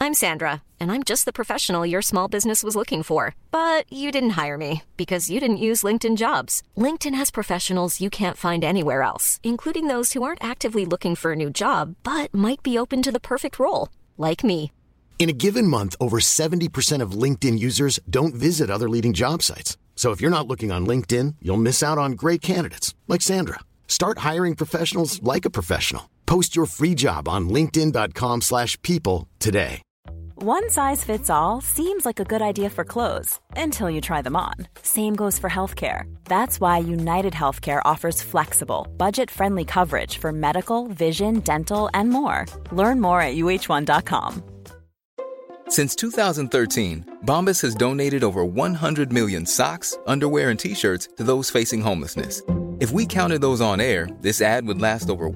I'm Sandra, and I'm just the professional your small business was looking for. But you didn't hire me because you didn't use LinkedIn Jobs. LinkedIn has professionals you can't find anywhere else, including those who aren't actively looking for a new job, but might be open to the perfect role, like me. In a given month, over 70% of LinkedIn users don't visit other leading job sites. So if you're not looking on LinkedIn, you'll miss out on great candidates like Sandra. Start hiring professionals like a professional. Post your free job on linkedin.com/people today. One size fits all seems like a good idea for clothes until you try them on. Same goes for healthcare. That's why United Healthcare offers flexible, budget-friendly coverage for medical, vision, dental, and more. Learn more at uh1.com. Since 2013, Bombas has donated over 100 million socks, underwear, and T-shirts to those facing homelessness. If we counted those on air, this ad would last over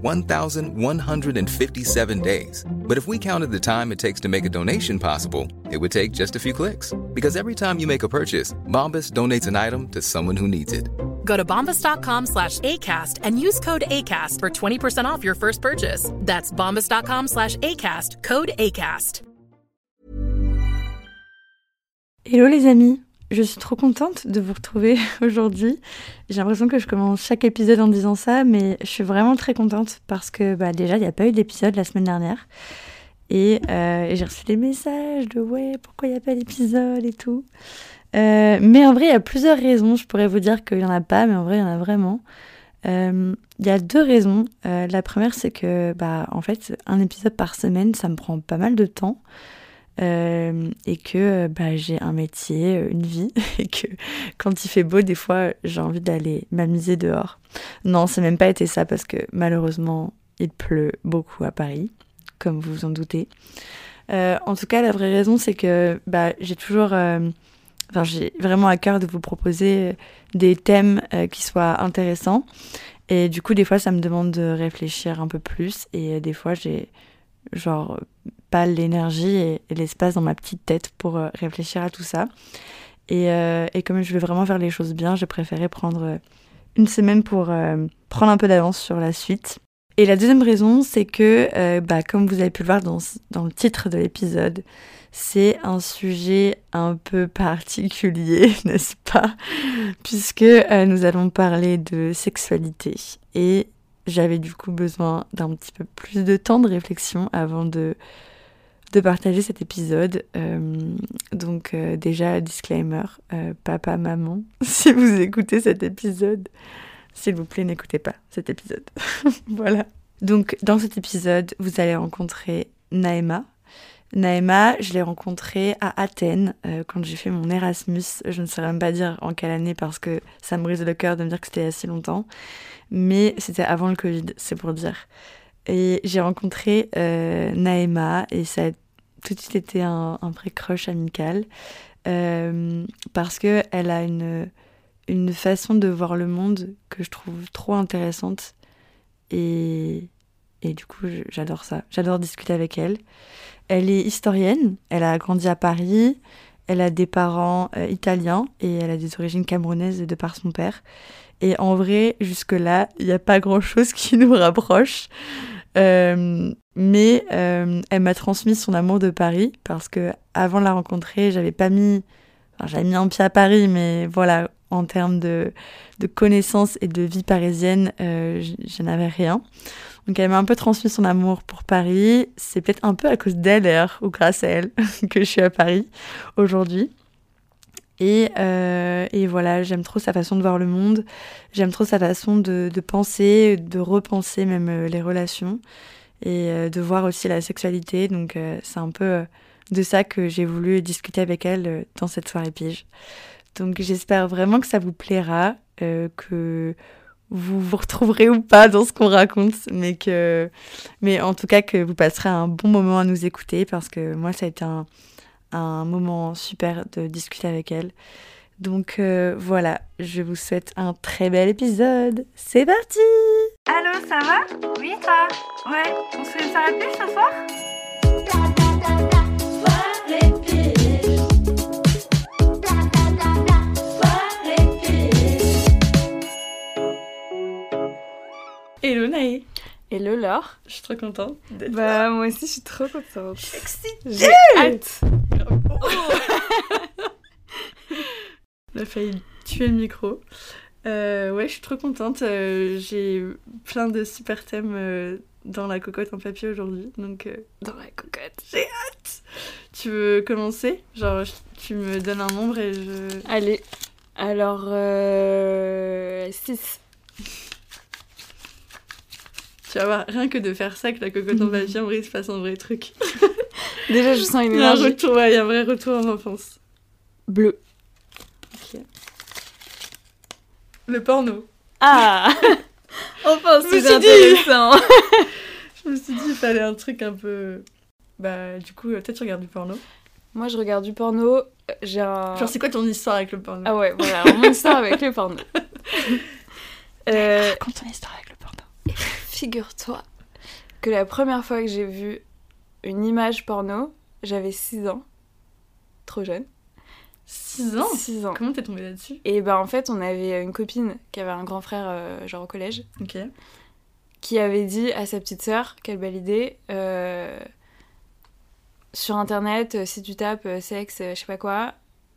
1,157 days. But if we counted the time it takes to make a donation possible, it would take just a few clicks. Because every time you make a purchase, Bombas donates an item to someone who needs it. Go to bombas.com/ACAST and use code ACAST for 20% off your first purchase. That's bombas.com/ACAST, code ACAST. Hello les amis, je suis trop contente de vous retrouver aujourd'hui. J'ai l'impression que je commence chaque épisode en disant ça, mais je suis vraiment très contente parce que déjà il n'y a pas eu d'épisode la semaine dernière et j'ai reçu des messages de ouais pourquoi il n'y a pas d'épisode et tout. Mais en vrai il y a plusieurs raisons, je pourrais vous dire qu'il n'y en a pas, mais en vrai il y en a vraiment. Il y a deux raisons. La première c'est que en fait un épisode par semaine ça me prend pas mal de temps. Et que j'ai un métier, une vie, et que quand il fait beau, des fois, j'ai envie d'aller m'amuser dehors. Non, ça n'a même pas été ça, parce que malheureusement, il pleut beaucoup à Paris, comme vous vous en doutez. En tout cas, la vraie raison, c'est que j'ai toujours... j'ai vraiment à cœur de vous proposer des thèmes qui soient intéressants. Et du coup, des fois, ça me demande de réfléchir un peu plus. Et des fois, j'ai pas l'énergie et l'espace dans ma petite tête pour réfléchir à tout ça. Et comme je veux vraiment faire les choses bien, j'ai préféré prendre une semaine pour prendre un peu d'avance sur la suite. Et la deuxième raison, c'est que, comme vous avez pu le voir dans le titre de l'épisode, c'est un sujet un peu particulier, n'est-ce pas ? Puisque nous allons parler de sexualité. Et j'avais du coup besoin d'un petit peu plus de temps de réflexion avant de partager cet épisode. Donc déjà, disclaimer, papa, maman, si vous écoutez cet épisode, s'il vous plaît, n'écoutez pas cet épisode. Voilà. Donc dans cet épisode, vous allez rencontrer Naëma. Naëma, je l'ai rencontrée à Athènes quand j'ai fait mon Erasmus. Je ne saurais même pas dire en quelle année parce que ça me brise le cœur de me dire que c'était il y a si longtemps. Mais c'était avant le Covid, c'est pour dire. Et j'ai rencontré Naëma et ça a tout de suite été un vrai crush amical parce qu'elle a une façon de voir le monde que je trouve trop intéressante et du coup j'adore ça. J'adore discuter avec elle. Elle est historienne, elle a grandi à Paris, elle a des parents italiens et elle a des origines camerounaises de par son père. Et en vrai, jusque-là, il n'y a pas grand-chose qui nous rapproche. Mais elle m'a transmis son amour de Paris parce que avant de la rencontrer, j'avais mis un pied à Paris, mais voilà, en termes de connaissances et de vie parisienne, je n'avais rien. Donc elle m'a un peu transmis son amour pour Paris. C'est peut-être un peu à cause d'elle d'ailleurs, ou grâce à elle, que je suis à Paris aujourd'hui. Et voilà, j'aime trop sa façon de voir le monde, j'aime trop sa façon de penser, de repenser même les relations et de voir aussi la sexualité. Donc c'est un peu de ça que j'ai voulu discuter avec elle dans cette soirée pige. Donc j'espère vraiment que ça vous plaira, que vous vous retrouverez ou pas dans ce qu'on raconte, mais en tout cas que vous passerez un bon moment à nous écouter parce que moi ça a été un moment super de discuter avec elle. Donc voilà, je vous souhaite un très bel épisode. C'est parti! Allô, ça va? Oui, toi? Ouais, on se fait une soirée pige ce soir? Hello Naë. Hello Laure. Je suis trop contente d'être Bah moi aussi je suis trop contente. Je suis excitée. J'ai hâte. On a failli tuer le micro. Ouais, je suis trop contente. J'ai plein de super thèmes dans la cocotte en papier aujourd'hui. Donc, Dans la cocotte. j'ai hâte. Tu veux commencer ? Genre, tu me donnes un nombre et je... Allez, alors 6. Tu vas voir, rien que de faire ça, que la cocotte en papier, en vrai, il se passe un vrai truc. Déjà je sens une Il y a un énergie. retour, ouais, il y a un vrai retour en enfance. Bleu. Ok. Le porno. Ah. Enfin Je me c'est suis dit. intéressant. Je me suis dit, il fallait un truc un peu... Bah, du coup, peut-être tu regardes du porno. Moi je regarde du porno, j'ai un... Genre, c'est quoi ton histoire avec le porno ? Ah ouais, voilà, alors, mon histoire avec le porno. Raconte ton histoire avec le porno. Figure-toi que la première fois que j'ai vu une image porno, j'avais 6 ans. Trop jeune. 6 ans ? 6 ans. Comment t'es tombée là-dessus ? Et ben en fait, on avait une copine qui avait un grand frère, genre au collège, Ok. qui avait dit à sa petite sœur, quelle belle idée, sur internet, si tu tapes sexe, je sais pas quoi,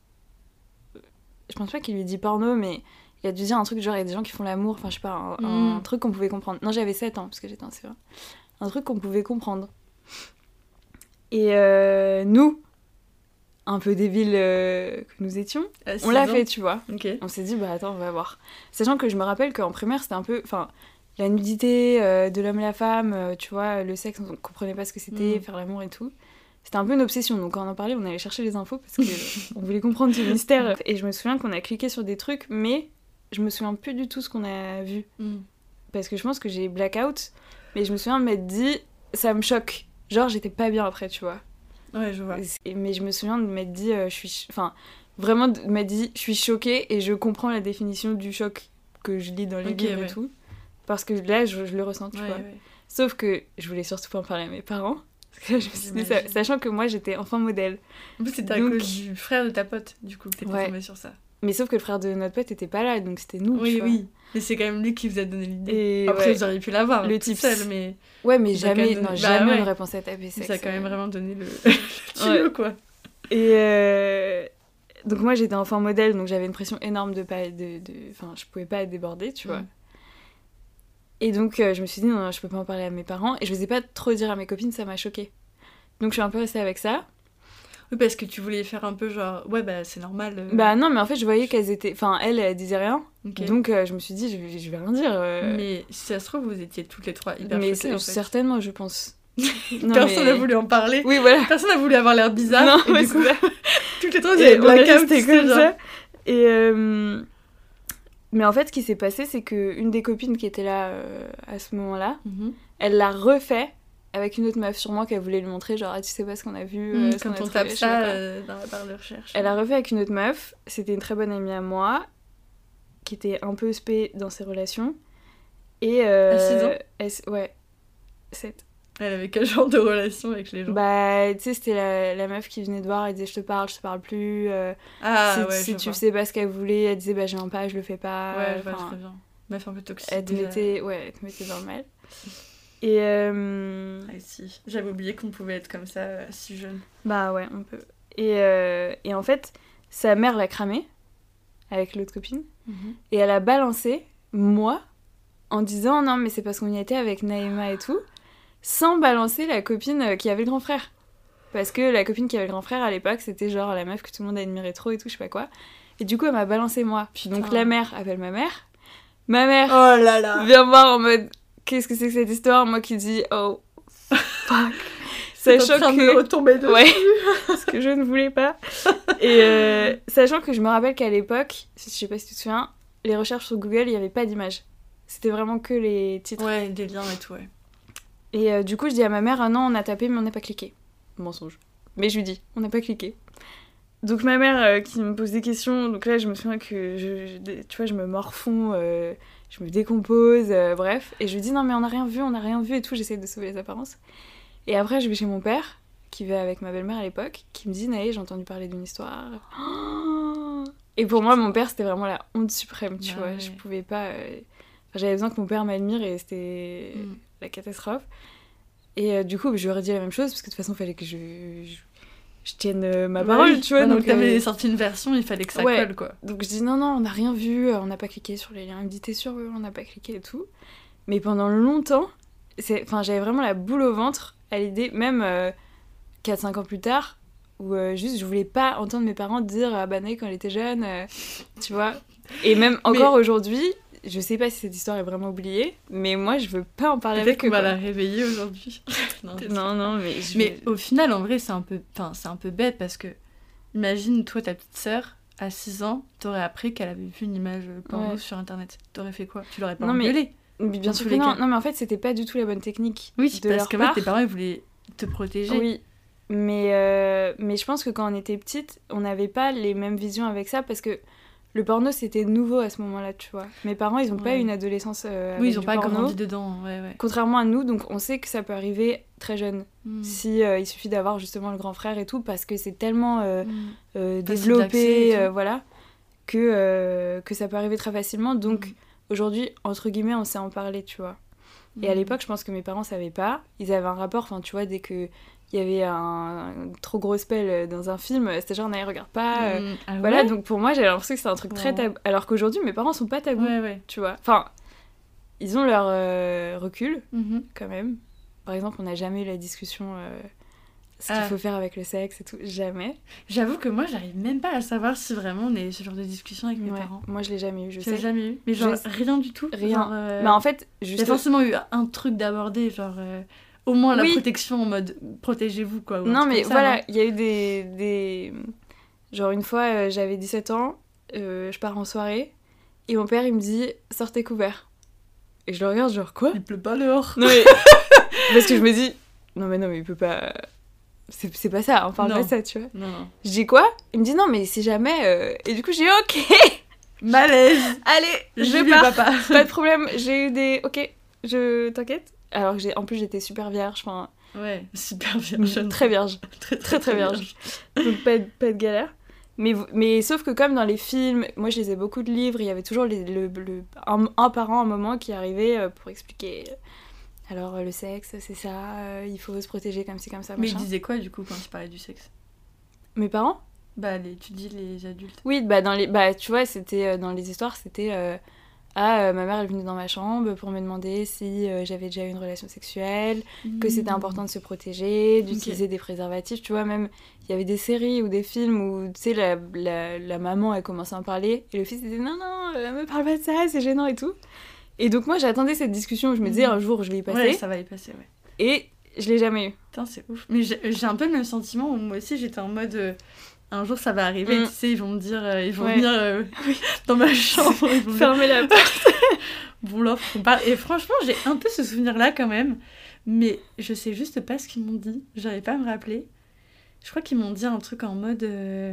je pense pas qu'il lui dit porno, mais il a dû dire un truc genre il y a des gens qui font l'amour, enfin je sais pas, un truc qu'on pouvait comprendre. Non, j'avais 7 ans parce que j'étais un CE1. Un truc qu'on pouvait comprendre. Et nous, un peu débiles que nous étions, on l'a fait, tu vois. Ok. On s'est dit, bah attends, on va voir. Sachant que je me rappelle qu'en primaire, c'était un peu... Enfin, la nudité de l'homme et la femme, tu vois, le sexe, on comprenait pas ce que c'était, faire l'amour et tout. C'était un peu une obsession. Donc quand on en parlait, on allait chercher les infos parce que on voulait comprendre ce mystère. Et je me souviens qu'on a cliqué sur des trucs, mais je me souviens plus du tout ce qu'on a vu. Parce que je pense que j'ai blackout, mais je me souviens de m'être dit, ça me choque. Genre, j'étais pas bien après, tu vois. Ouais, je vois. Mais je me souviens de m'être dit, enfin, vraiment de m'être dit, je suis choquée et je comprends la définition du choc que je lis dans les livres et tout. Parce que là, je le ressens, tu vois. Ouais. Sauf que je voulais surtout pas en parler à mes parents. Parce que là, je me suis dit, sachant que moi, j'étais enfant modèle. En plus, c'était à cause du frère de ta pote, du coup, que t'étais tombée sur ça. Mais sauf que le frère de notre pote était pas là, donc c'était nous, oui, tu vois. Oui, mais c'est quand même lui qui vous a donné l'idée. Et après, vous auriez pu l'avoir, le type seul, mais... Ouais, mais jamais, donné... jamais on aurait pensé à taper sexe. Ça a quand même vraiment donné le tuyau, quoi. Et donc moi, j'étais enfant modèle, donc j'avais une pression énorme de pas... Enfin, je pouvais pas être débordée, tu vois. Et donc, je me suis dit, non, je peux pas en parler à mes parents. Et je osais pas trop dire à mes copines, ça m'a choquée. Donc, je suis un peu restée avec ça. Oui, parce que tu voulais faire un peu genre, ouais, bah, c'est normal. Bah non, mais en fait, je voyais qu'elles étaient... Enfin, elle disait rien. Okay. Donc, je me suis dit, je vais rien dire. Mais si ça se trouve, vous étiez toutes les trois hyper choquées, en fait. Certainement, je pense. Personne n'a voulu en parler. Oui, voilà. Personne n'a voulu avoir l'air bizarre. Non, et du coup, toutes les trois, vous avez blackout. C'était comme ça. Et... Mais en fait, ce qui s'est passé, c'est qu'une des copines qui était là à ce moment-là, elle l'a refait avec une autre meuf, sûrement qu'elle voulait lui montrer, genre, ah, tu sais pas ce qu'on a vu, ce quand qu'on a on trouvé, tape ça dans la barre de recherche. Elle a refait avec une autre meuf, c'était une très bonne amie à moi, qui était un peu spé dans ses relations. Et à 6 ans ouais, 7. Elle avait quel genre de relation avec les gens ? Bah, tu sais, c'était la meuf qui venait te voir, elle disait je te parle plus. Si tu sais pas ce qu'elle voulait, elle disait bah je viens pas, je le fais pas. Ouais, je vois très bien. Meuf un peu toxique. Elle te mettait dans le mal. Et Ah si, j'avais oublié qu'on pouvait être comme ça si jeune. Bah ouais, on peut. Et en fait, sa mère l'a cramé avec l'autre copine. Et elle a balancé moi en disant non mais c'est parce qu'on y était avec Naïma et tout. Sans balancer la copine qui avait le grand frère. Parce que la copine qui avait le grand frère à l'époque, c'était genre la meuf que tout le monde admirait trop et tout, je sais pas quoi. Et du coup, elle m'a balancé moi. Puis donc la mère appelle ma mère. Ma mère vient voir en mode qu'est-ce que c'est que cette histoire ? Moi qui dis oh fuck. Sachant que me retomber dessus. Ouais, ce que je ne voulais pas. Et sachant que je me rappelle qu'à l'époque, je sais pas si tu te souviens, les recherches sur Google, il y avait pas d'image. C'était vraiment que les titres. Ouais, des liens et tout, ouais. Et du coup, je dis à ma mère, ah non, on a tapé, mais on n'a pas cliqué. Mensonge. Mais je lui dis, on n'a pas cliqué. Donc ma mère qui me pose des questions, donc là, je me souviens que, tu vois, je me morfonds, je me décompose, bref. Et je lui dis, non, mais on n'a rien vu et tout, j'essaie de sauver les apparences. Et après, je vais chez mon père, qui vivait avec ma belle-mère à l'époque, qui me dit, Naé, j'ai entendu parler d'une histoire. Et pour moi, mon père, c'était vraiment la honte suprême, tu vois. Ouais. Je pouvais pas... j'avais besoin que mon père m'admire et c'était... la catastrophe. Et du coup, je lui aurais dit la même chose, parce que de toute façon, il fallait que je tienne ma parole, tu vois. Donc t'avais sorti une version, il fallait que ça colle, quoi. Donc je dis non, on n'a rien vu, on n'a pas cliqué sur les liens. Il me dit t'es sûr, on n'a pas cliqué et tout. Mais pendant longtemps, j'avais vraiment la boule au ventre à l'idée, même 4-5 ans plus tard, où juste je voulais pas entendre mes parents dire ah bah Naï quand elle était jeune, tu vois. Et même encore aujourd'hui, je sais pas si cette histoire est vraiment oubliée, mais moi je veux pas en parler avec eux. Peut-être qu'on va la réveiller aujourd'hui. non, mais au final, en vrai, c'est un peu bête parce que imagine, toi, ta petite sœur, à 6 ans, t'aurais appris qu'elle avait vu une image porno sur internet. T'aurais fait quoi ? Tu l'aurais pas engueulée ? Bien sûr que non. Non, mais en fait, c'était pas du tout la bonne technique. Oui, parce que tes parents, ils voulaient te protéger. Oui. Mais je pense que quand on était petite, on n'avait pas les mêmes visions avec ça parce que le porno, c'était nouveau à ce moment-là, tu vois. Mes parents, ils n'ont pas eu une adolescence avec ils n'ont du pas porno, grandi dedans, contrairement à nous, donc on sait que ça peut arriver très jeune. Si il suffit d'avoir justement le grand frère et tout, parce que c'est tellement développé, voilà, que ça peut arriver très facilement. Donc aujourd'hui, entre guillemets, on sait en parler, tu vois. Et à l'époque, je pense que mes parents savaient pas. Ils avaient un rapport, enfin, tu vois, dès que il y avait un trop gros spell dans un film, c'était genre, non, regarde pas. Voilà, donc pour moi, j'avais l'impression que c'était un truc très tabou. Alors qu'aujourd'hui, mes parents sont pas tabous, tu vois. Enfin, ils ont leur recul, quand même. Par exemple, on n'a jamais eu la discussion ce qu'il faut faire avec le sexe et tout. Jamais. J'avoue que moi, j'arrive même pas à savoir si vraiment on a eu ce genre de discussion avec mes parents. Moi, je l'ai jamais eu, je sais. l'ai jamais eu. Mais genre, rien du tout. Rien. Bah, en fait, juste... Il y a forcément eu un truc d'aborder, genre... Au moins la protection en mode protégez-vous, quoi. Non, mais voilà, il y a eu des... Genre, une fois, j'avais 17 ans, je pars en soirée, et mon père, il me dit « Sortez couverts ». Et je le regarde, genre, quoi ? Il pleut pas dehors. Non, mais... Parce que je me dis « Non, mais il peut pas... C'est pas ça, on parle pas de ça, tu vois. » Non. Je dis quoi ? Il me dit « Non, mais si jamais... » Et du coup, j'ai dit « Ok !» Malaise. Allez, je pars. Pas de problème, j'ai eu des... Ok, je t'inquiète. Alors que en plus j'étais super vierge, enfin... Ouais, super vierge. Très vierge. très vierge. Donc pas de galère. Mais sauf que comme dans les films, moi je lisais beaucoup de livres, il y avait toujours un parent à un moment qui arrivait pour expliquer... Alors le sexe, c'est ça, il faut se protéger comme ci, comme ça, Mais machin. ils disaient quoi du coup quand ils parlaient du sexe ? Mes parents ? Bah tu dis les adultes. Oui, tu vois, c'était dans les histoires, c'était... ma mère elle venait dans ma chambre pour me demander si j'avais déjà eu une relation sexuelle, que c'était important de se protéger, d'utiliser des préservatifs, tu vois. Même il y avait des séries ou des films où tu sais la maman elle commençait à en parler et le fils disait non me parle pas de ça, c'est gênant et tout. Et donc moi j'attendais cette discussion, je me disais un jour je vais y passer. Ouais, ça va y passer, ouais. Et je l'ai jamais eu. Putain, c'est ouf. Mais j'ai un peu le même sentiment où moi aussi j'étais en mode un jour ça va arriver, tu sais, ils vont me dire, ils vont venir dans ma chambre, ils vont fermer la porte. Bon, là, on parle. Et franchement, j'ai un peu ce souvenir-là quand même, mais je sais juste pas ce qu'ils m'ont dit, j'arrive pas à me rappeler. Je crois qu'ils m'ont dit un truc en mode...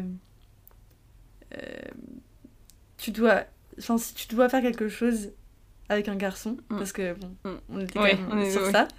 si tu dois faire quelque chose avec un garçon, parce que bon, on était quand même sur ça,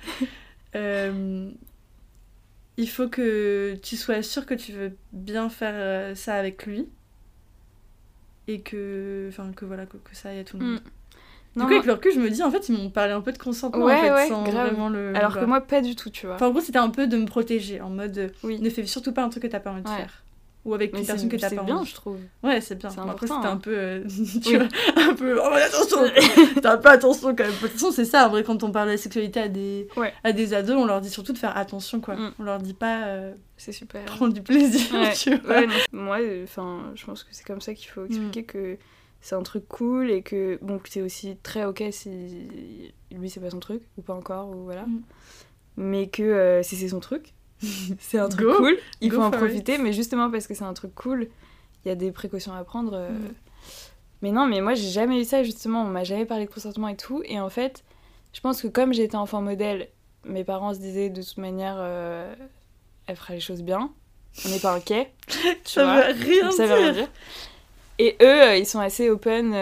il faut que tu sois sûre que tu veux bien faire ça avec lui et que voilà que ça aille à tout le monde. Du coup, avec le recul, je me dis, en fait, ils m'ont parlé un peu de consentement, sans grave. vraiment le... Alors que moi, pas du tout, tu vois. Enfin, en gros, c'était un peu de me protéger, en mode, ne fais surtout pas un truc que t'as pas envie de faire. Ou avec une personne que t'as pas envie. C'est bien, je trouve. Ouais, c'est bien. C'est après, important, c'était un peu... tu vois, un peu... Oh, attention. T'as pas attention, quand même. De toute façon, c'est ça. En vrai, quand on parle de la sexualité à des ados, on leur dit surtout de faire attention, quoi. On leur dit pas... c'est super. Prendre du plaisir, tu vois. Moi, je pense que c'est comme ça qu'il faut expliquer que c'est un truc cool et que, bon, c'est aussi très ok si lui, c'est pas son truc, ou pas encore, ou voilà. Mais que si c'est son truc... c'est un truc cool, il faut en profiter, mais justement parce que c'est un truc cool, il y a des précautions à prendre. Mais non, mais moi j'ai jamais eu ça justement, on m'a jamais parlé de consentement et tout, et en fait, je pense que comme j'étais enfant modèle, mes parents se disaient de toute manière, elle fera les choses bien, on n'est pas inquiets. Ça veut rien dire. Et eux, ils sont assez open,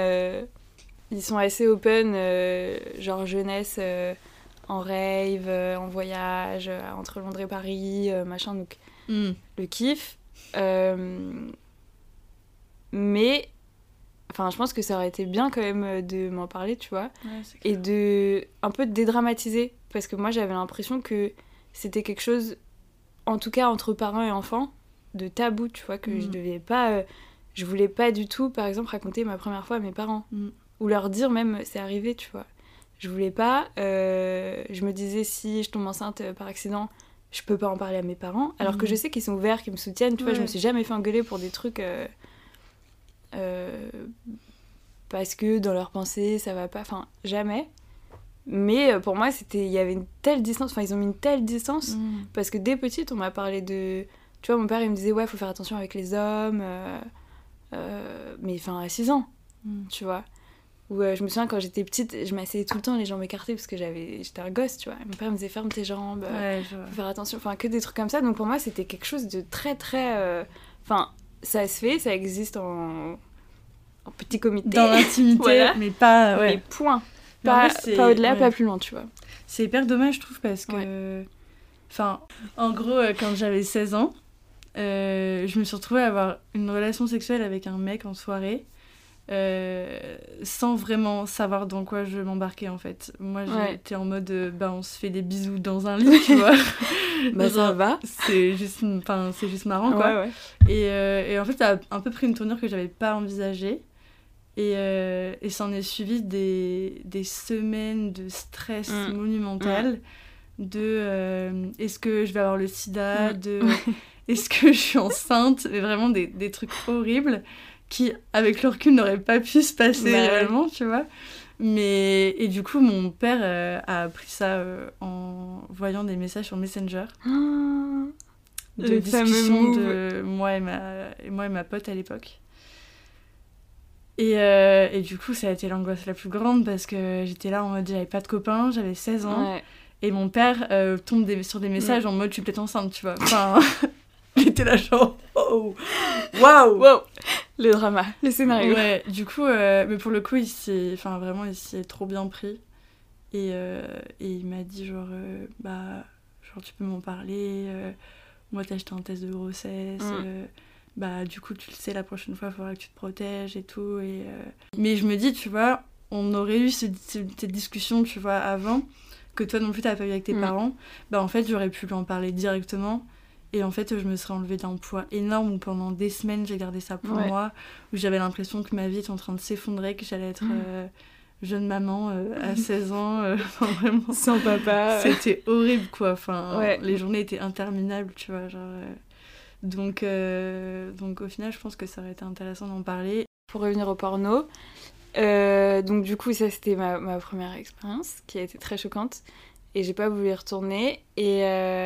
genre jeunesse... en rave, en voyage, entre Londres et Paris, machin, donc le kiff. Mais Enfin, je pense que ça aurait été bien quand même de m'en parler, tu vois. Ouais, c'est Et clair. de un peu dédramatiser. Parce que moi, j'avais l'impression que c'était quelque chose, en tout cas entre parents et enfants, de tabou, tu vois, que je devais pas... je voulais pas du tout, par exemple, raconter ma première fois à mes parents. Ou leur dire même, c'est arrivé, tu vois. Je voulais pas. Je me disais, si je tombe enceinte par accident, je peux pas en parler à mes parents. Alors que je sais qu'ils sont ouverts, qu'ils me soutiennent, tu vois. Je me suis jamais fait engueuler pour des trucs... parce que dans leurs pensées ça va pas, enfin jamais. Mais pour moi il y avait une telle distance, enfin ils ont mis une telle distance parce que dès petite on m'a parlé de, tu vois, mon père il me disait ouais faut faire attention avec les hommes, mais enfin à 6 ans, tu vois. Ou je me souviens quand j'étais petite je m'asseyais tout le temps les jambes écartées parce que j'étais un gosse, tu vois. Mon père me disait ferme tes jambes, faut faire attention, enfin que des trucs comme ça. Donc pour moi c'était quelque chose de très très, enfin ça se fait, ça existe en petit comité. Dans l'intimité, voilà. mais pas... Mais point. Pas au-delà, pas plus loin, tu vois. C'est hyper dommage, je trouve, parce que... Enfin, en gros, quand j'avais 16 ans, je me suis retrouvée à avoir une relation sexuelle avec un mec en soirée, sans vraiment savoir dans quoi je m'embarquais, en fait. Moi, j'étais en mode, on se fait des bisous dans un lit, tu vois. Ça va. C'est juste marrant, quoi. Et en fait, ça a un peu pris une tournure que j'avais pas envisagée. Et s'en est suivi des semaines de stress monumental, de est-ce que je vais avoir le sida, de est-ce que je suis enceinte, mais vraiment des trucs horribles qui, avec le recul, n'auraient pas pu se passer réellement, tu vois. Et du coup, mon père a appris ça en voyant des messages sur Messenger. De discussions de moi et ma pote à l'époque. Et du coup, ça a été l'angoisse la plus grande parce que j'étais là en mode j'avais pas de copain, j'avais 16 ans. Et mon père tombe sur des messages en mode je suis peut-être enceinte, tu vois. Enfin, il était là genre oh, waouh, le drama, le scénario. Ouais, du coup, mais pour le coup, il s'y est trop bien pris. Et il m'a dit genre tu peux m'en parler. Moi, t'as acheté un test de grossesse. Du coup, tu le sais, la prochaine fois, il faudra que tu te protèges et tout. Mais je me dis, tu vois, on aurait eu cette discussion, tu vois, avant, que toi non plus, t'avais pas eu avec tes parents. En fait, j'aurais pu lui en parler directement. Et en fait, je me serais enlevée d'un poids énorme où pendant des semaines, j'ai gardé ça pour moi, où j'avais l'impression que ma vie était en train de s'effondrer, que j'allais être jeune maman à 16 ans. Vraiment. Sans papa. C'était horrible, quoi. Enfin, les journées étaient interminables, tu vois, genre... Donc au final, je pense que ça aurait été intéressant d'en parler. Pour revenir au porno, donc du coup, ça c'était ma première expérience qui a été très choquante et j'ai pas voulu y retourner. Et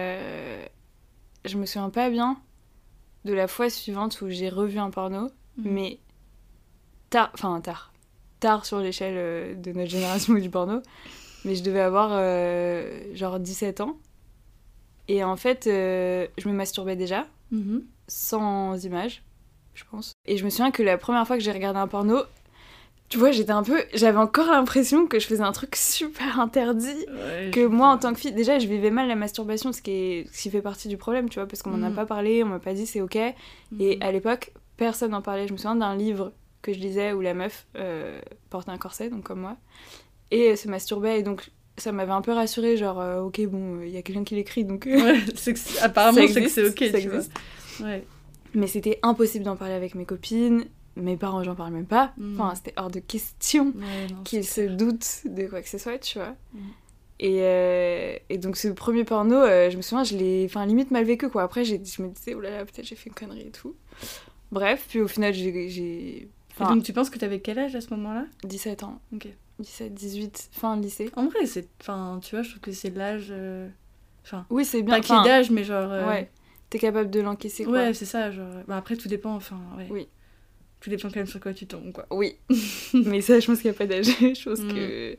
je me souviens pas bien de la fois suivante où j'ai revu un porno, mais tard sur l'échelle de notre génération du porno, mais je devais avoir genre 17 ans. Et en fait, je me masturbais déjà. Sans images, je pense. Et je me souviens que la première fois que j'ai regardé un porno, tu vois, j'avais encore l'impression que je faisais un truc super interdit, que moi en tant que fille, déjà je vivais mal la masturbation, ce qui fait partie du problème, tu vois, parce qu'on m'en a pas parlé, on m'a pas dit c'est ok. Et à l'époque, personne n'en parlait. Je me souviens d'un livre que je lisais où la meuf portait un corset, donc comme moi, et se masturbait, et donc ça m'avait un peu rassurée, genre ok bon, il y a quelqu'un qui l'écrit, donc apparemment ça c'est que c'est ok, ça tu vois. Ouais. Mais c'était impossible d'en parler avec mes copines, mes parents j'en parle même pas, enfin c'était hors de question qu'ils se doutent de quoi que ce soit, tu vois. Et donc ce premier porno, je me souviens, je l'ai limite mal vécu, quoi. Après je me disais oh là là, peut-être j'ai fait une connerie et tout. Bref, puis au final j'ai... Et donc tu penses que t'avais quel âge à ce moment-là ? 17 ans. Ok. 17, 18, fin lycée. En vrai, tu vois, je trouve que c'est l'âge... oui, c'est bien. Pas qu'il y ait d'âge, mais genre... Ouais, t'es capable de l'encaisser, quoi. Ouais, c'est ça, genre... après, tout dépend, Oui. Tout dépend quand même sur quoi tu tombes, quoi. Oui. Mais ça, je pense qu'il n'y a pas d'âge. Je pense que...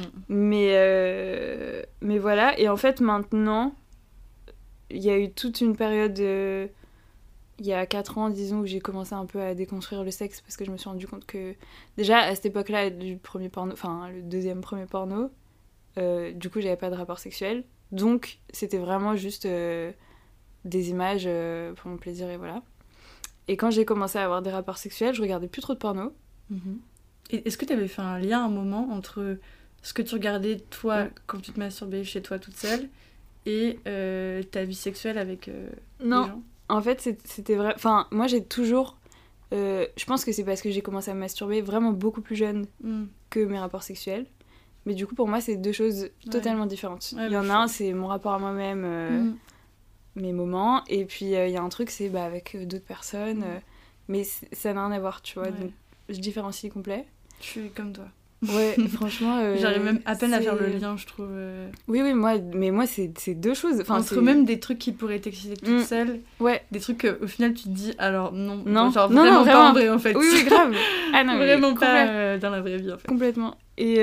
Mais voilà, et en fait, maintenant, il y a eu toute une période... il y a 4 ans, disons, où j'ai commencé un peu à déconstruire le sexe parce que je me suis rendu compte que... Déjà, à cette époque-là, le deuxième premier porno, du coup, j'avais pas de rapport sexuel. Donc, c'était vraiment juste des images pour mon plaisir et voilà. Et quand j'ai commencé à avoir des rapports sexuels, je regardais plus trop de porno. Et est-ce que tu avais fait un lien à un moment entre ce que tu regardais toi quand tu te masturbais chez toi toute seule et ta vie sexuelle avec les gens? En fait c'était vrai. Enfin, moi j'ai toujours. Je pense que c'est parce que j'ai commencé à me masturber vraiment beaucoup plus jeune que mes rapports sexuels. Mais du coup, pour moi, c'est deux choses totalement différentes. Il y en a un, c'est mon rapport à moi-même, mes moments. Et puis, il y a un truc, c'est avec d'autres personnes. Mais ça n'a rien à voir, tu vois. Donc, je différencie complet. Je suis comme toi. Ouais, franchement... J'arrive même à peine à faire le lien, je trouve. Oui, moi, c'est deux choses. Enfin, entre même des trucs qui pourraient t'exciter toute seule, des trucs qu'au final, tu te dis, alors non, genre vraiment pas en vrai, en fait. Oui, grave. Ah non, vraiment pas dans la vraie vie, en fait. Complètement.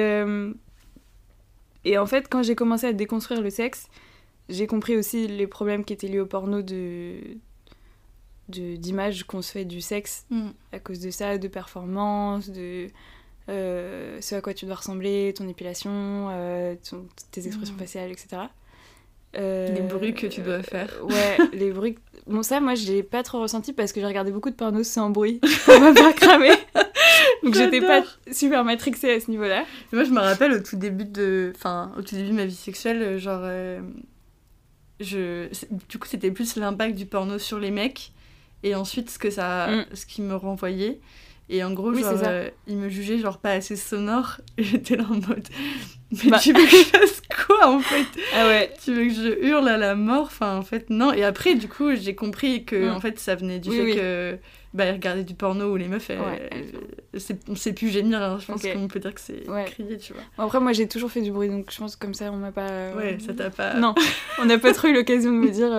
Et en fait, quand j'ai commencé à déconstruire le sexe, j'ai compris aussi les problèmes qui étaient liés au porno d'images qu'on se fait du sexe à cause de ça, de performance, de ce à quoi tu dois ressembler, ton épilation, tes expressions faciales, etc. Les bruits que tu dois faire. Ouais, les bruits. Bon, ça, moi, je l'ai pas trop ressenti parce que j'ai regardé beaucoup de pornos sans bruit pour me faire cramer. Donc j'étais pas super matrixée à ce niveau-là. Et moi, je me rappelle au tout début de ma vie sexuelle, genre... Du coup, c'était plus l'impact du porno sur les mecs et ensuite ce qui me renvoyait. Et en gros, genre, ils me jugeaient genre pas assez sonore. Et j'étais là en mode... Mais tu veux que je fasse quoi, en fait? Ah ouais. Tu veux que je hurle à la mort? Enfin, en fait, non. Et après, du coup, j'ai compris que en fait, ça venait du fait que... ils regardaient du porno où les meufs, c'est plus génial, hein. Je pense qu'on peut dire que c'est crié, tu vois. Bon, après, moi, j'ai toujours fait du bruit, donc je pense que comme ça, on m'a pas... Ouais, ça t'a pas... Non, on n'a pas trop eu l'occasion de me dire...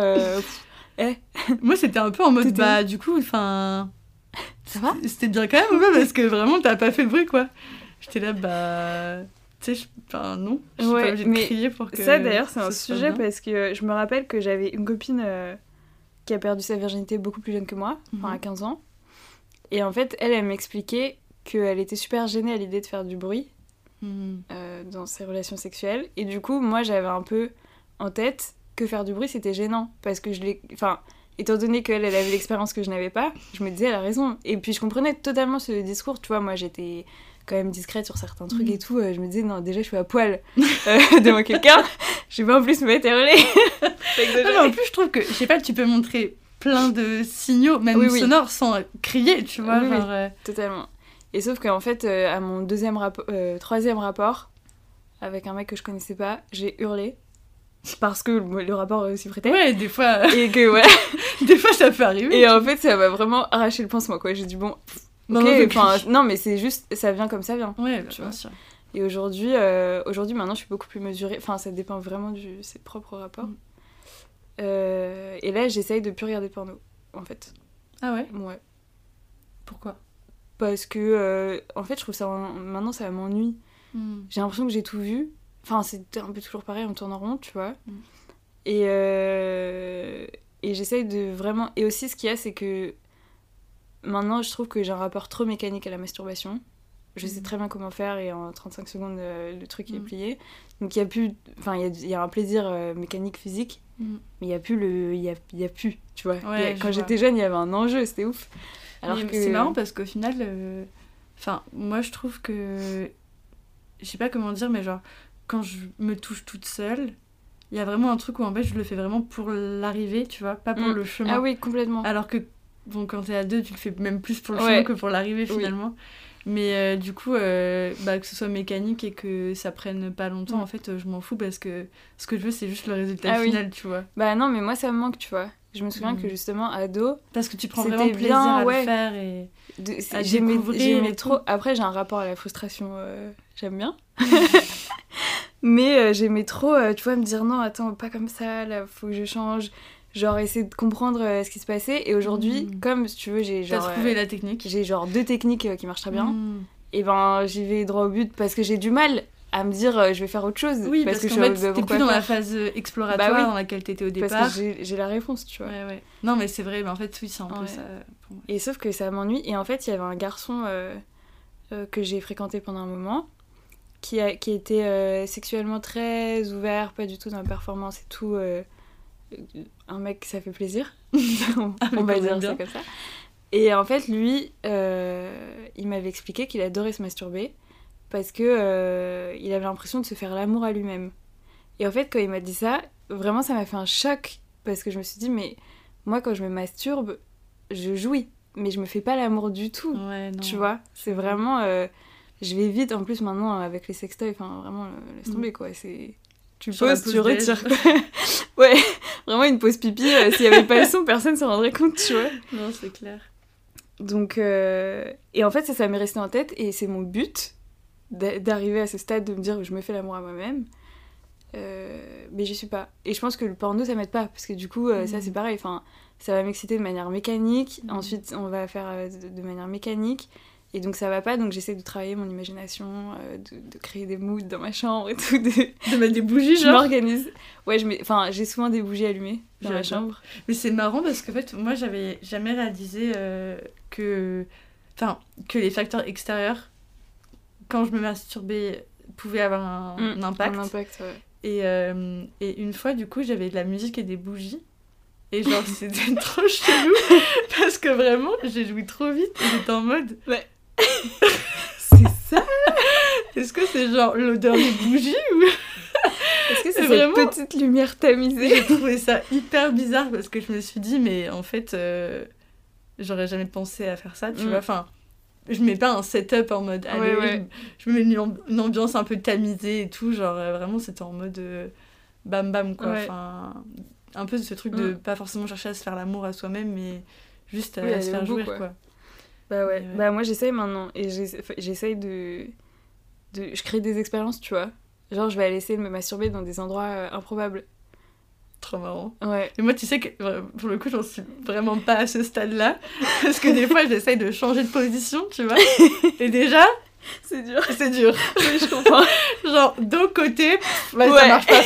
Moi, c'était un peu en mode, du coup, enfin... Ça va? C'était bien quand même, parce que vraiment, t'as pas fait de bruit, quoi. J'étais là, tu sais, non, je suis pas obligée de crier pour que... Ça, d'ailleurs, c'est un sujet, parce que je me rappelle que j'avais une copine qui a perdu sa virginité beaucoup plus jeune que moi, à 15 ans. Et en fait, elle m'expliquait qu'elle était super gênée à l'idée de faire du bruit dans ses relations sexuelles. Et du coup, moi, j'avais un peu en tête que faire du bruit, c'était gênant, parce que étant donné qu'elle avait l'expérience que je n'avais pas, je me disais, elle a raison. Et puis, je comprenais totalement ce discours. Tu vois, moi, j'étais quand même discrète sur certains trucs et tout. Je me disais, non, déjà, je suis à poil devant quelqu'un. Je vais pas en plus me mettre à hurler. Mais en plus, je trouve que, je sais pas, tu peux montrer plein de signaux, même sonores, sans crier, tu vois. Totalement. Et sauf qu'en fait, à mon troisième rapport, avec un mec que je connaissais pas, j'ai hurlé. Parce que le rapport s'y prêtait. Ouais, des fois... Et que, voilà. Des fois, ça peut arriver. Et en fait, ça m'a vraiment arraché le pansement, quoi. J'ai dit, bon... non, mais c'est juste... Ça vient comme ça vient. Ouais, tu vois. Sûr. Et aujourd'hui, maintenant, je suis beaucoup plus mesurée. Enfin, ça dépend vraiment de ses propres rapports. Et là, j'essaye de plus regarder de porno, en fait. Ah ouais? Ouais. Pourquoi? Parce que, en fait, je trouve ça... Maintenant, ça m'ennuie. J'ai l'impression que j'ai tout vu. Enfin, c'est un peu toujours pareil, on tourne en rond, tu vois. Et j'essaye de vraiment... Et aussi, ce qu'il y a, c'est que maintenant, je trouve que j'ai un rapport trop mécanique à la masturbation. Je sais très bien comment faire et en 35 secondes, le truc est plié. Donc, il y a plus... Enfin, il y a un plaisir mécanique, physique, mais il y a plus il y a plus, tu vois. Ouais, quand j'étais jeune, il y avait un enjeu, c'était ouf. Alors que... C'est marrant parce qu'au final... Enfin, moi, je trouve que... Je sais pas comment dire, mais genre... Quand je me touche toute seule, il y a vraiment un truc où en fait je le fais vraiment pour l'arrivée, tu vois, pas pour le chemin. Ah oui, complètement. Alors que quand t'es à deux, tu le fais même plus pour le chemin que pour l'arrivée finalement. Mais du coup, que ce soit mécanique et que ça prenne pas longtemps, en fait, je m'en fous parce que ce que je veux, c'est juste le résultat final, tu vois. Bah non, mais moi ça me manque, tu vois. Je me souviens que justement, ado... Parce que tu prends vraiment plaisir à le faire et à découvrir trop. Après, j'ai un rapport à la frustration, j'aime bien. Mais j'aimais trop, tu vois, me dire non, attends, pas comme ça, là, faut que je change. Genre, essayer de comprendre ce qui se passait. Et aujourd'hui, comme, si tu veux, j'ai genre... T'as trouvé la technique. J'ai genre 2 techniques qui marchent très bien. Et ben, j'y vais droit au but parce que j'ai du mal à me dire je vais faire autre chose. Oui, parce qu'en fait, t'es plus dans la phase exploratoire dans laquelle t'étais au départ. Parce que j'ai la réponse, tu vois. Ouais. Non, mais c'est vrai, mais en fait, oui, c'est un peu ça pour moi. Et sauf que ça m'ennuie. Et en fait, il y avait un garçon que j'ai fréquenté pendant un moment qui était sexuellement très ouvert, pas du tout dans la performance et tout. Un mec, ça fait plaisir. On va dire ça comme ça. Et en fait, lui, il m'avait expliqué qu'il adorait se masturber parce que il avait l'impression de se faire l'amour à lui-même. Et en fait, quand il m'a dit ça, vraiment, ça m'a fait un choc parce que je me suis dit, mais moi, quand je me masturbe, je jouis, mais je me fais pas l'amour du tout. Ouais, non. Tu vois, c'est vraiment... je vais vite, en plus, maintenant, avec les sextoys, enfin, vraiment, laisse tomber, quoi. C'est... Tu poses, tu retires. Ouais, vraiment, une pause pipi, s'il y avait pas le son, personne s'en rendrait compte, tu vois. Non, c'est clair. Donc, et en fait, ça m'est resté en tête, et c'est mon but d'arriver à ce stade de me dire que je me fais l'amour à moi-même. Mais j'y suis pas. Et je pense que le porno, ça m'aide pas, parce que du coup, ça c'est pareil, enfin, ça va m'exciter de manière mécanique, ensuite on va faire de manière mécanique, et donc ça va pas, donc j'essaie de travailler mon imagination, de créer des moods dans ma chambre et tout, de mettre des bougies, je m'organise. Ouais, j'ai souvent des bougies allumées dans ma chambre. Mais c'est marrant parce qu'en fait, moi j'avais jamais réalisé que les facteurs extérieurs, quand je me masturbais, pouvaient avoir un impact. Un impact, ouais. Et une fois, du coup, j'avais de la musique et des bougies. Et genre, c'était trop chelou. Parce que vraiment, j'ai joui trop vite. Et j'étais en mode... Ouais. C'est ça. Est-ce que c'est genre l'odeur des bougies ou... Est-ce que c'est vraiment... cette petite lumière tamisée? J'ai trouvé ça hyper bizarre parce que je me suis dit, mais en fait, j'aurais jamais pensé à faire ça, tu vois. Enfin, je mets pas un setup en mode, allez, ouais. Je me mets une ambiance un peu tamisée et tout, genre vraiment c'était en mode bam bam quoi, enfin un peu ce truc de pas forcément chercher à se faire l'amour à soi-même, mais juste à se faire jouir quoi. Bah ouais, bah moi j'essaye maintenant, et j'essaye de... Je crée des expériences, tu vois. Genre je vais aller essayer de me masturber dans des endroits improbables. Trop marrant. Ouais. Et moi, tu sais que pour le coup, j'en suis vraiment pas à ce stade-là. Parce que des fois, j'essaye de changer de position, tu vois. Et déjà, c'est dur. C'est dur. Oui, je comprends. Genre, dos côté, ça marche pas.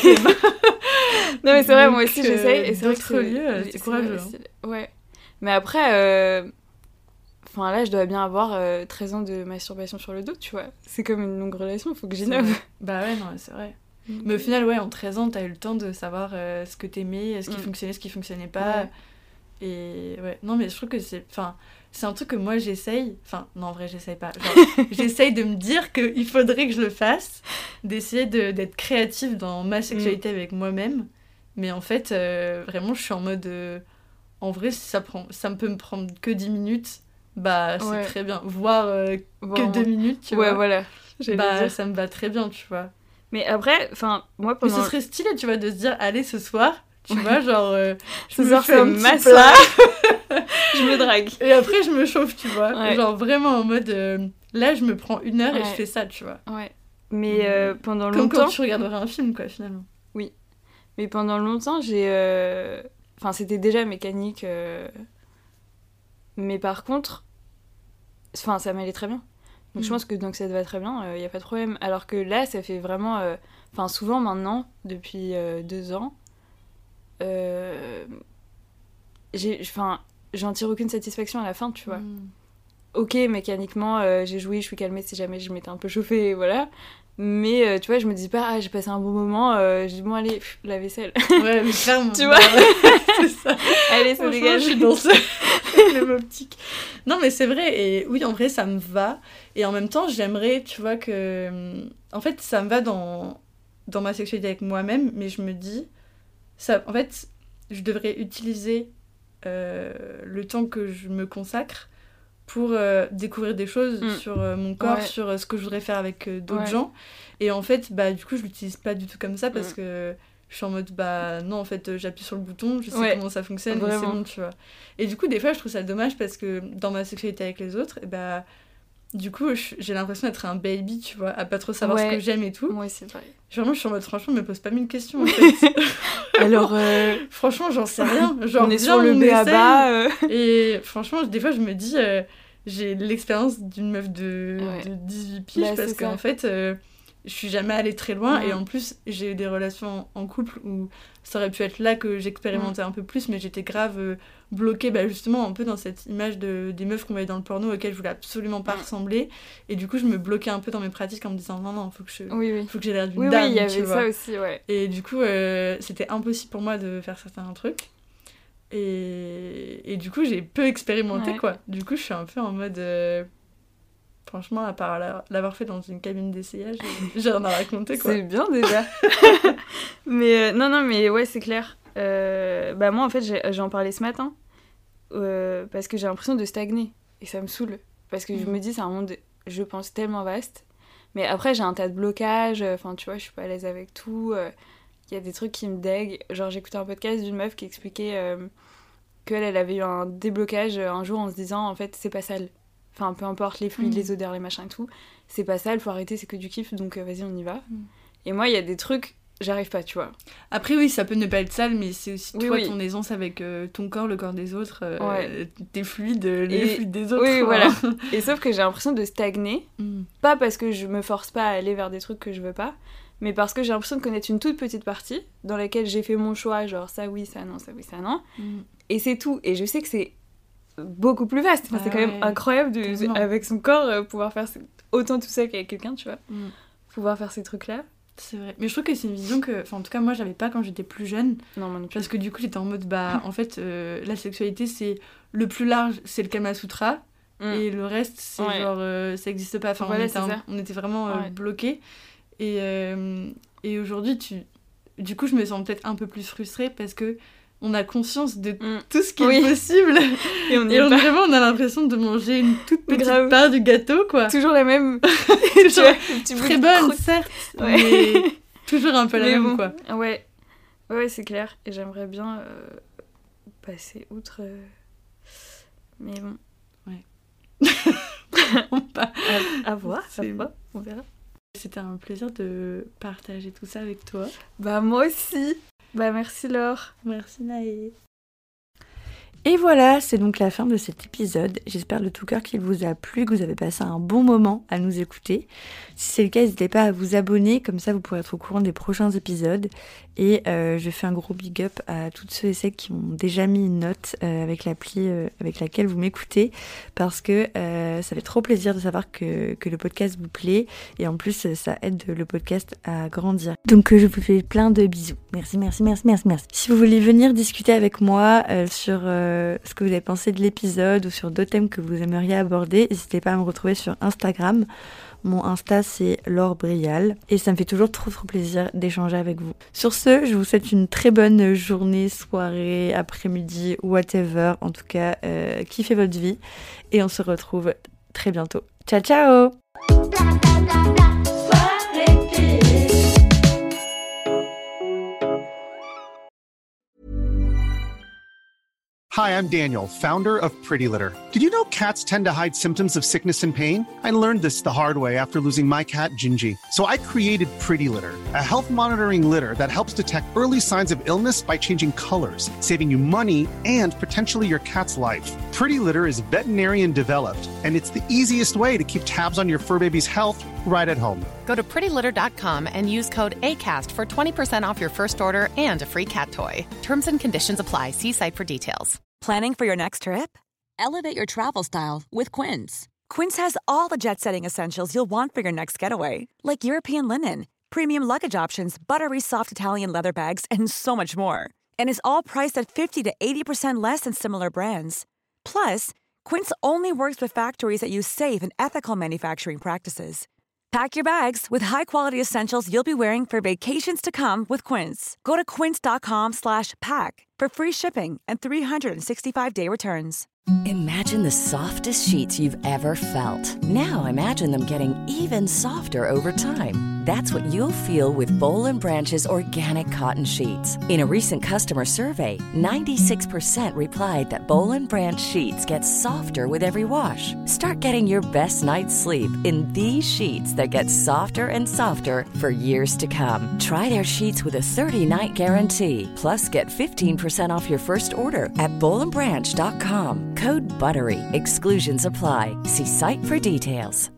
Non, mais c'est vrai, moi aussi, j'essaye. Et c'est vrai que c'est courageux. Ouais. Mais après, enfin là, je dois bien avoir 13 ans de masturbation sur le dos, tu vois. C'est comme une longue relation, il faut que j'innove. Bah ouais, non, c'est vrai. Mais au final, ouais, en 13 ans, t'as eu le temps de savoir ce que t'aimais, ce qui fonctionnait, ce qui fonctionnait pas. Ouais. Et ouais, non, mais je trouve que c'est un truc que moi j'essaye. Enfin, non, en vrai, j'essaye pas. Genre, j'essaye de me dire qu'il faudrait que je le fasse, d'essayer d'être créative dans ma sexualité avec moi-même. Mais en fait, vraiment, je suis en mode. En vrai, si ça peut me prendre que 10 minutes, bah c'est très bien. Voire que 2 minutes, tu vois. Ouais, voilà. Bah, ça me va très bien, tu vois. Mais après, enfin, moi pendant... Mais ce serait stylé, tu vois, de se dire, allez, ce soir, tu vois, genre, je me fais un petit plat, je me drague. Et après, je me chauffe, tu vois. Ouais. Genre, vraiment en mode, là, je me prends 1 heure et je fais ça, tu vois. Ouais. Mais pendant longtemps... Comme quand tu regarderais un film, quoi, finalement. Oui. Mais pendant longtemps, Enfin, c'était déjà mécanique. Mais par contre, enfin, ça m'allait très bien. Donc je pense que ça te va très bien, y a pas de problème. Alors que là, ça fait vraiment... Enfin, souvent maintenant, depuis 2 ans, j'en tire aucune satisfaction à la fin, tu vois. Ok, mécaniquement, j'ai joui, je suis calmée si jamais je m'étais un peu chauffée, voilà. Mais tu vois, je me dis pas, j'ai passé un bon moment, je dis bon, allez, la vaisselle. Ouais, mais clairement. Tu vois, c'est ça. Allez, ça dégage. Je suis dans même optique. Non, mais c'est vrai, et oui, en vrai, ça me va. Et en même temps, j'aimerais, tu vois, que... En fait, ça me va dans ma sexualité avec moi-même, mais je me dis... En fait, je devrais utiliser le temps que je me consacre pour découvrir des choses sur mon corps, sur ce que je voudrais faire avec d'autres gens. Et en fait, bah, du coup, je l'utilise pas du tout comme ça parce que je suis en mode, bah non, en fait, j'appuie sur le bouton, je sais comment ça fonctionne, et c'est bon, tu vois. Et du coup, des fois, je trouve ça dommage parce que dans ma sexualité avec les autres, et bah, du coup, j'ai l'impression d'être un baby, tu vois, à pas trop savoir ce que j'aime et tout. Moi aussi, pareil. Vraiment, je suis en mode, franchement, me pose pas 1000 questions, en fait. Alors, franchement, j'en sais rien. Genre, on est sur le B.A.B.A. Et franchement, des fois, je me dis, j'ai l'expérience d'une meuf de 18 piges parce qu'en fait, je suis jamais allée très loin. Et en plus, j'ai eu des relations en couple où ça aurait pu être là que j'expérimentais un peu plus, mais j'étais grave bloquée, bah, justement, un peu dans cette image des meufs qu'on voyait dans le porno auxquelles je voulais absolument pas ressembler. Et du coup, je me bloquais un peu dans mes pratiques en me disant non, faut que j'ai l'air d'une dame. Oui, il y avait ça aussi, ouais. Et du coup, c'était impossible pour moi de faire certains trucs. Et du coup, j'ai peu expérimenté, quoi. Du coup, je suis un peu en mode... Franchement, à part l'avoir fait dans une cabine d'essayage, j'ai rien à raconter, quoi. C'est bien, déjà. Mais non, mais ouais, c'est clair. Moi, en fait, j'en parlais ce matin. Parce que j'ai l'impression de stagner. Et ça me saoule. Parce que je me dis, c'est un monde, je pense, tellement vaste. Mais après, j'ai un tas de blocages. Enfin, tu vois, je suis pas à l'aise avec tout. Il y a des trucs qui me déguent. Genre, j'écoutais un podcast d'une meuf qui expliquait qu'elle avait eu un déblocage un jour en se disant, en fait, c'est pas sale. Enfin, peu importe les fluides, les odeurs, les machins et tout. C'est pas sale, faut arrêter, c'est que du kiff, donc vas-y, on y va. Et moi, il y a des trucs, j'arrive pas, tu vois. Après, oui, ça peut ne pas être sale, mais c'est aussi ton aisance avec ton corps, le corps des autres, tes fluides, les fluides des autres. Oui, voilà. Et sauf que j'ai l'impression de stagner, pas parce que je me force pas à aller vers des trucs que je veux pas, mais parce que j'ai l'impression de connaître une toute petite partie dans laquelle j'ai fait mon choix, genre ça oui, ça non, ça oui, ça non. Et c'est tout. Et je sais que c'est beaucoup plus vaste. Enfin, c'est quand même incroyable avec son corps pouvoir faire autant tout ça qu'avec quelqu'un, tu vois. Pouvoir faire ces trucs-là. C'est vrai. Mais je trouve que c'est une vision que... Enfin, en tout cas, moi, j'avais pas quand j'étais plus jeune. Non, moi non plus. Parce que du coup, j'étais en mode, en fait, la sexualité, c'est... Le plus large, c'est le Kama Sutra. Et le reste, c'est genre... ça existe pas. Enfin, voilà, on était vraiment bloqués. Et aujourd'hui, du coup, je me sens peut-être un peu plus frustrée parce que on a conscience de tout ce qui est possible. Et on a l'impression de manger une toute petite part du gâteau, quoi. Toujours la même. Très bonne, certes, mais toujours un peu la même, quoi. Ouais, c'est clair. Et j'aimerais bien passer outre. Mais bon. Ouais. À voir, on verra. C'était un plaisir de partager tout ça avec toi. Bah moi aussi. Bah merci Laure. Merci Naë. Et voilà, c'est donc la fin de cet épisode. J'espère de tout cœur qu'il vous a plu, que vous avez passé un bon moment à nous écouter. Si c'est le cas, n'hésitez pas à vous abonner, comme ça vous pourrez être au courant des prochains épisodes. Et je fais un gros big up à toutes ceux et celles qui ont déjà mis une note avec l'appli avec laquelle vous m'écoutez, parce que ça fait trop plaisir de savoir que le podcast vous plaît, et en plus ça aide le podcast à grandir. Donc je vous fais plein de bisous. Merci. Si vous voulez venir discuter avec moi sur ce que vous avez pensé de l'épisode ou sur d'autres thèmes que vous aimeriez aborder, n'hésitez pas à me retrouver sur Instagram. Mon Insta, c'est Laure Brial. Et ça me fait toujours trop plaisir d'échanger avec vous. Sur ce, je vous souhaite une très bonne journée, soirée, après-midi, whatever. En tout cas, kiffez votre vie. Et on se retrouve très bientôt. Ciao, ciao! Hi, I'm Daniel, founder of Pretty Litter. Did you know cats tend to hide symptoms of sickness and pain? I learned this the hard way after losing my cat, Gingy. So I created Pretty Litter, a health monitoring litter that helps detect early signs of illness by changing colors, saving you money and potentially your cat's life. Pretty Litter is veterinarian developed, and it's the easiest way to keep tabs on your fur baby's health right at home. Go to prettylitter.com and use code ACAST for 20% off your first order and a free cat toy. Terms and conditions apply. See site for details. Planning for your next trip? Elevate your travel style with Quince. Quince has all the jet-setting essentials you'll want for your next getaway, like European linen, premium luggage options, buttery soft Italian leather bags, and so much more. And is all priced at 50 to 80% less than similar brands. Plus, Quince only works with factories that use safe and ethical manufacturing practices. Pack your bags with high-quality essentials you'll be wearing for vacations to come with Quince. Go to quince.com/pack for free shipping and 365-day returns. Imagine the softest sheets you've ever felt. Now imagine them getting even softer over time. That's what you'll feel with Boll & Branch's organic cotton sheets. In a recent customer survey, 96% replied that Boll & Branch sheets get softer with every wash. Start getting your best night's sleep in these sheets that get softer and softer for years to come. Try their sheets with a 30-night guarantee. Plus, get 15% off your first order at bollandbranch.com. Code BUTTERY. Exclusions apply. See site for details.